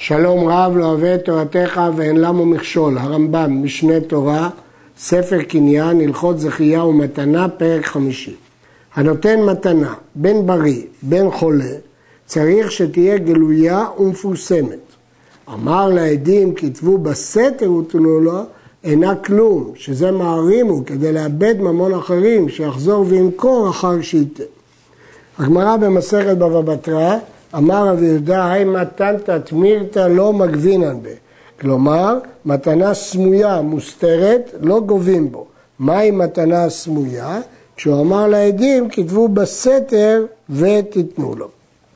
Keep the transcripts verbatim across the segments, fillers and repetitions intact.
שלום רב לא אוהב את תורתך ואין למו מכשול, הרמב"ם, משנה תורה, ספר קניין, הלכות זכייה ומתנה, פרק חמישי. הנותן מתנה, בין בריא, בין חולה, צריך שתהיה גלויה ומפורסמת. אמר לעדים, כתבו בסתר ותנו לו, אינה כלום, שזה מערימו כדי לאבד ממון אחרים, שיחזור וימכור אחר שייתן. הגמרא במסכת בבא בתרא, אמר רבי יהודה, היי מתנת תמירתא לא מגבינן בה. כלומר, מתנה סמויה, מוסתרת, לא גובים בו. מהי מתנה סמויה? כשהוא אמר לעדים, כתבו בסתר ותיתנו לו.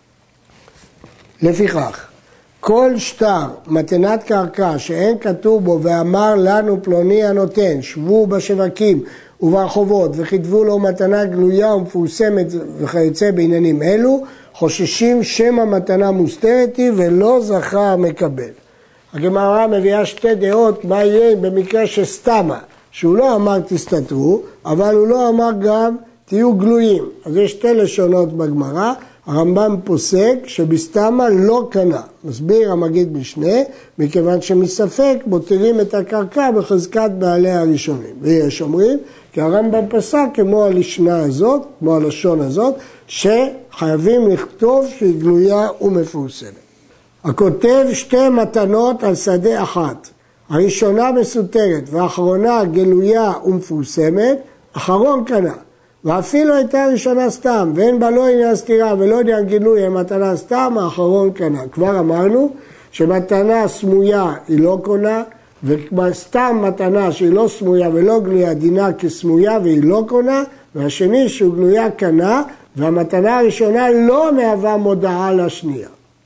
לפיכך, כל שטר מתנת קרקע שאין כתוב בו ואמר לנו פלוני הנותן, שבו בשווקים וברחובות וכתבו לו מתנה גלויה ומפורסמת וכיוצא בעניינים אלו, חוששים שמא מתנה מוסתרת היא ולא זכה המקבל. הגמרא מביאה שתי דעות מה יהיה במקרה שסתמה, שהוא לא אמר תסתתרו, אבל הוא לא אמר גם תהיו גלויים. אז יש שתי לשונות בגמרא, הרמב"ם פוסק שבסתמה לא קנה. מסביר המגיד משנה, מכיוון שמספק מותירים את הקרקע בחזקת בעלי הראשונים. ויש אומרים, כי הרמב"ם פסק כמו הלשנה הזאת, כמו הלשון הזאת, שחייבים לכתוב שהיא גלויה ומפורסמת. הכותב שתי מתנות על שדה אחת, הראשונה מסותרת והאחרונה גלויה ומפורסמת, אחרון קנה. ואפילו הייתה ראשונה סתם, ואין בה לא עניין סתירה ולא עניין גילוי, היא מתנה סתם, האחרון קנה. כבר אמרנו שמתנה סמויה היא לא קונה, וסתם מתנה שהיא לא סמויה ולא גלויה, דינה כסמויה והיא לא קונה, והשני שהוא גלויה קנה, והמתנה הראשונה לא מהווה מודעה לשנייה.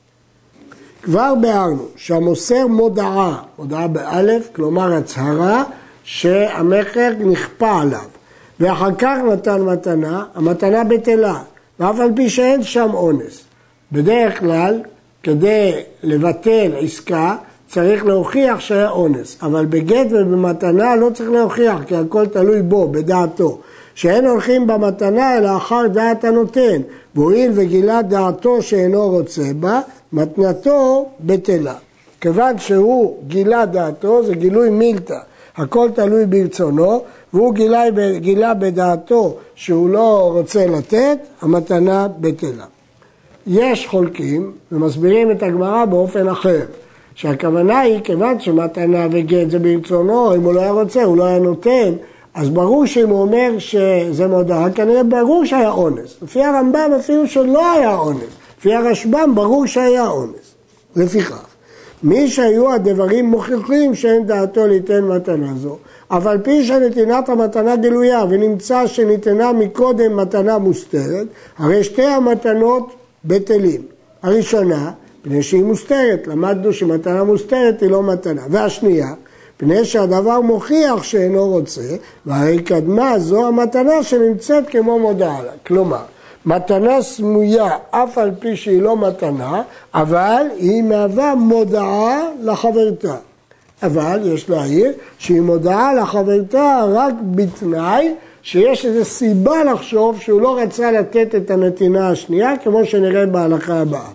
כבר בארנו שהמוסר מודעה, מודעה באלף, כלומר הצהרה שהמכר נכפה עליו. ואחר כך נתן מתנה, המתנה בטלה, ואף על פי שאין שם אונס. בדרך כלל, כדי לבטל עסקה, צריך להוכיח שהיה אונס, אבל בגט ובמתנה לא צריך להוכיח, כי הכל תלוי בו, בדעתו. שאין הולכים במתנה אלא אחר דעת הנותן, והואיל וגילה דעתו שאינו רוצה בה, מתנתו בטלה. כיוון שהוא גילה דעתו, זה גילוי מילתא, הכל תלוי ברצונו, והוא גילה, גילה בדעתו שהוא לא רוצה לתת, המתנה בטלה. יש חולקים ומסבירים את הגמרא באופן אחר, שהכוונה היא כיוון שמתנה וגט זה ברצונו, אם הוא לא היה רוצה, הוא לא היה נותן, אז ברור שאם הוא אומר שזה מודעה, כנראה ברור שהיה אונס. לפי הרמב"ם אפילו שלא היה אונס, לפי הרשב"ם ברור שהיה אונס. לפיכך, מי שהיו הדברים מוכיחים שאין דעתו ליתן מתנה זו, אבל פי שנתינת המתנה גלויה ונמצא שניתנה מקודם מתנה מוסתרת, הרי שתי המתנות בטלים. הראשונה, פני שהיא מוסתרת, למדנו שמתנה מוסתרת היא לא מתנה. והשנייה, פני שהדבר מוכיח שאינו רוצה, והרי קדמה זו המתנה שנמצאת כמו מודעה לה. כלומר, מתנה סמויה אף על פי שהיא לא מתנה, אבל היא מהווה מודעה לחברתה. אבל יש להעיר שהיא מודעה לחברתה רק בתנאי שיש איזו סיבה לחשוב שהוא לא רצה לתת את הנתינה השנייה, כמו שנראה בהלכה הבאה.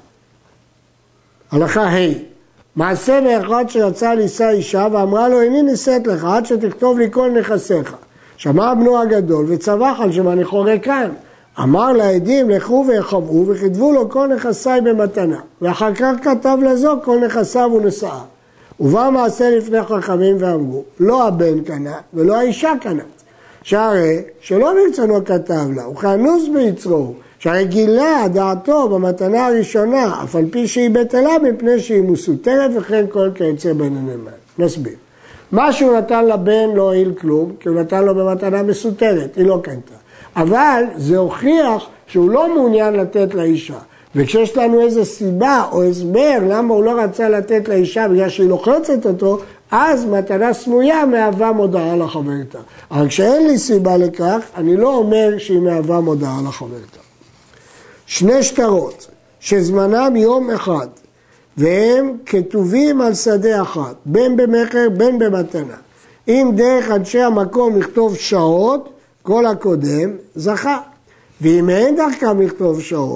הלכה ה' מעשה באחד שרצה לישא אישה ואמרה לו, איני נישאת לך עד שתכתוב לי כל נכסיך. שמע בנו הגדול וצווח על שמניחו ריקן. אמר לעדים, לכו ויחבאו וכתבו לו כל נכסיי במתנה. ואחר כך כתב לזו כל נכסיו ונשאה. ובא מעשה לפני חכמים ואמרו, לא הבן קנה ולא האישה קנה. שהרי שלא ברצונו כתב לה, הוא חנוס ביצרו, שהרי גילה דעתו במתנה הראשונה, אף על פי שהיא בטלה מפני שהיא מסותרת וכן כל כיוצא בין הנאמן. נסביר. מה שהוא נתן לבן לא הועיל כלום, כי הוא נתן לו במתנה מסותרת, היא לא קנתה. אבל זה הוכיח שהוא לא מעוניין לתת לאישה. וכשיש לנו איזו סיבה או הסבר למה הוא לא רצה לתת לאישה בגלל שהיא לוחצת אותו, אז מתנה סמויה מהווה מודעה לחברתה. אבל כשאין לי סיבה לכך, אני לא אומר שהיא מהווה מודעה לחברתה. שני שטרות שזמנם יום אחד, והם כתובים על שדה אחת, בין במכר בין במתנה. אם דרך אנשי המקום לכתוב שעות, כל הקודם זכה. ואם אין דרכם לכתוב שעות,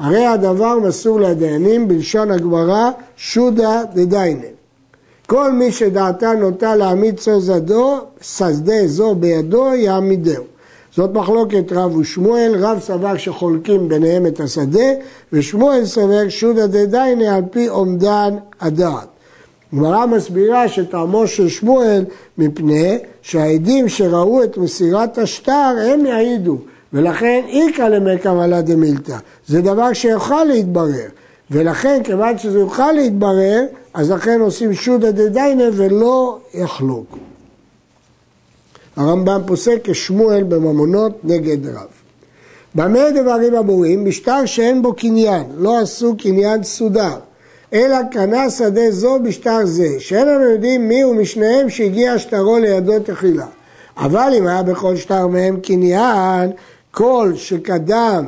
הרי הדבר מסור לדיינים בלשון הגמרא שודא דדיינה. כל מי שדעתה נוטה להעמיד צו זדו, שדה זו בידו יעמידהו. זאת מחלוקת רב ושמואל, רב סבר שחולקים ביניהם את השדה, ושמואל סבר שודא דדיינה על פי אומדן הדעת. גמרא מסבירה שטעמו של שמואל מפני שהעדים שראו את מסירת השטר הם יעידו, ולכן איקא למקא מלא דמילתא. זה דבר שיוכל להתברר, ולכן כיוון שזה יוכל להתברר, אז לכן עושים שודא דדיינה ולא יחלוק. הרמב"ם פוסק כשמואל בממונות נגד רב. במה דברים אמורים? בשטר שאין בו קניין, לא עשו קניין סודר, אלא קנה שדה זו בשטר זה, שאין לנו יודעים מי הוא משניהם שהגיע שטרו לידו תחילה. אבל אם היה בכל שטר מהם קניין, כל שקדם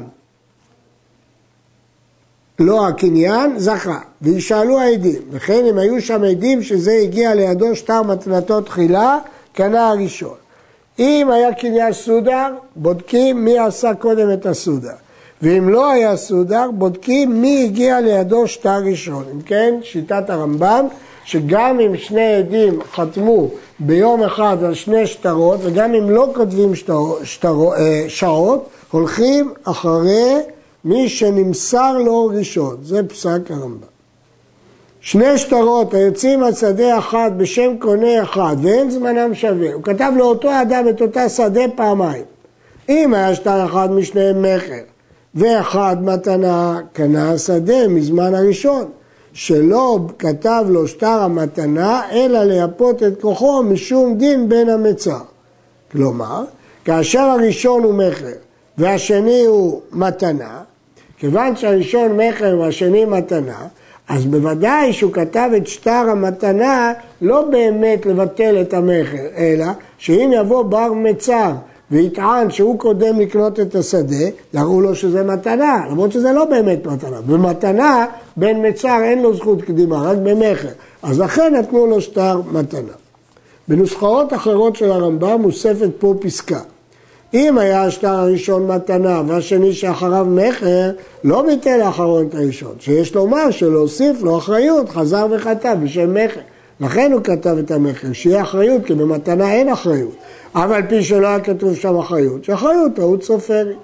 לא הקניין זכה, וישאלו העדים, וכן אם היו שם עדים שזה הגיע לידו שטר מתנתו תחילה, קנה הראשון. אם היה קניין סודר, בודקים מי עשה קודם את הסודר. ואם לא היה סודר, בודקים מי הגיע לידו שטר ראשון. אם כן, שיטת הרמב"ם, שגם אם שני עדים חתמו ביום אחד על שני שטרות, וגם אם לא כותבים שטר, שטר, שעות, הולכים אחרי מי שנמסר לו ראשון. זה פסק הרמב"ם. שני שטרות היוצאים על שדה אחד בשם קונה אחד, ואין זמנם שווה. הוא כתב לאותו אדם את אותה שדה פעמיים. אם היה שטר אחד משניהם מכר, ואחד מתנה, קנה השדה מזמן הראשון, שלא כתב לו שטר המתנה, אלא לייפות את כוחו משום דין בין המצר. כלומר, כאשר הראשון הוא מכר, והשני הוא מתנה, כיוון שהראשון מכר והשני מתנה, אז בוודאי שהוא כתב את שטר המתנה לא באמת לבטל את המכר, אלא שאם יבוא בר מצר ויטען שהוא קודם לקנות את השדה, יראו לו שזה מתנה, למרות שזה לא באמת מתנה. במתנה, בן מצר אין לו זכות קדימה, רק במכר. אז לכן נתנו לו שטר מתנה. בנוסחאות אחרות של הרמב"ם מוספת פה פסקה. אם היה השטר הראשון מתנה והשני שאחריו מכר, לא ביטל האחרון את הראשון. שיש לומר שלהוסיף לו אחריות, חזר וכתב בשם מכר. לכן הוא כתב את המכר, שיהיה אחריות, כי במתנה אין אחריות. אבל פי שלא היה כתוב שם אחריות, שאחריות טעות סופרי.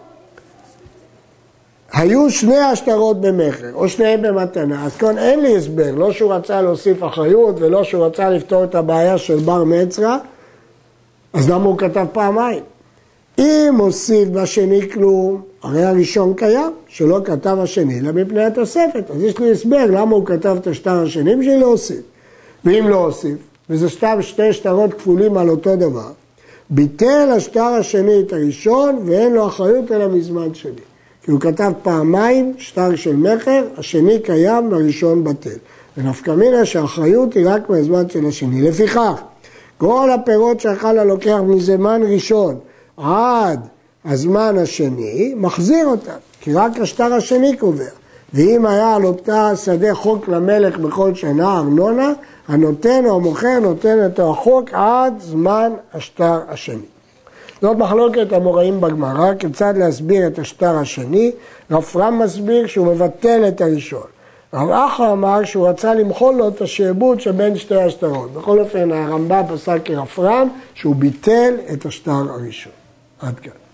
היו שני השטרות במכר, או שניהם במתנה, אז כאן אין לי הסבר, לא שהוא רצה להוסיף אחריות, ולא שהוא רצה לפתור את הבעיה של בר מצרה, אז למה הוא כתב פעמיים? אם הוסיף בשני כלום, הרי הראשון קיים, שלא כתב השני, אלא מפני התוספת. אז יש לי הסבר למה הוא כתב את השטר השני בשביל להוסיף. ואם לא הוסיף, וזה סתם שתי שטרות כפולים על אותו דבר, ביטל השטר השני את הראשון, ואין לו אחריות אלא מזמן שני. כי הוא כתב פעמיים שטר של מכר, השני קיים והראשון בטל. ונפקא מינה שהאחריות היא רק מהזמן של השני. לפיכך, כל הפירות שאכל הלוקח מזמן ראשון, עד הזמן השני, מחזיר אותם, כי רק השטר השני קובע. ואם היה על אותה שדה חוק למלך בכל שנה, ארנונה, הנותן או המוכר נותן אותו החוק עד זמן השטר השני. זאת מחלוקת המוראים בגמרא, כיצד להסביר את השטר השני. רב פרם מסביר שהוא מבטל את הראשון. רב אחא אמר שהוא רצה למחול לו את השעבוד שבין שתי השטרות. בכל אופן הרמב"ם פסק כרב פרם שהוא ביטל את השטר הראשון. עד כאן.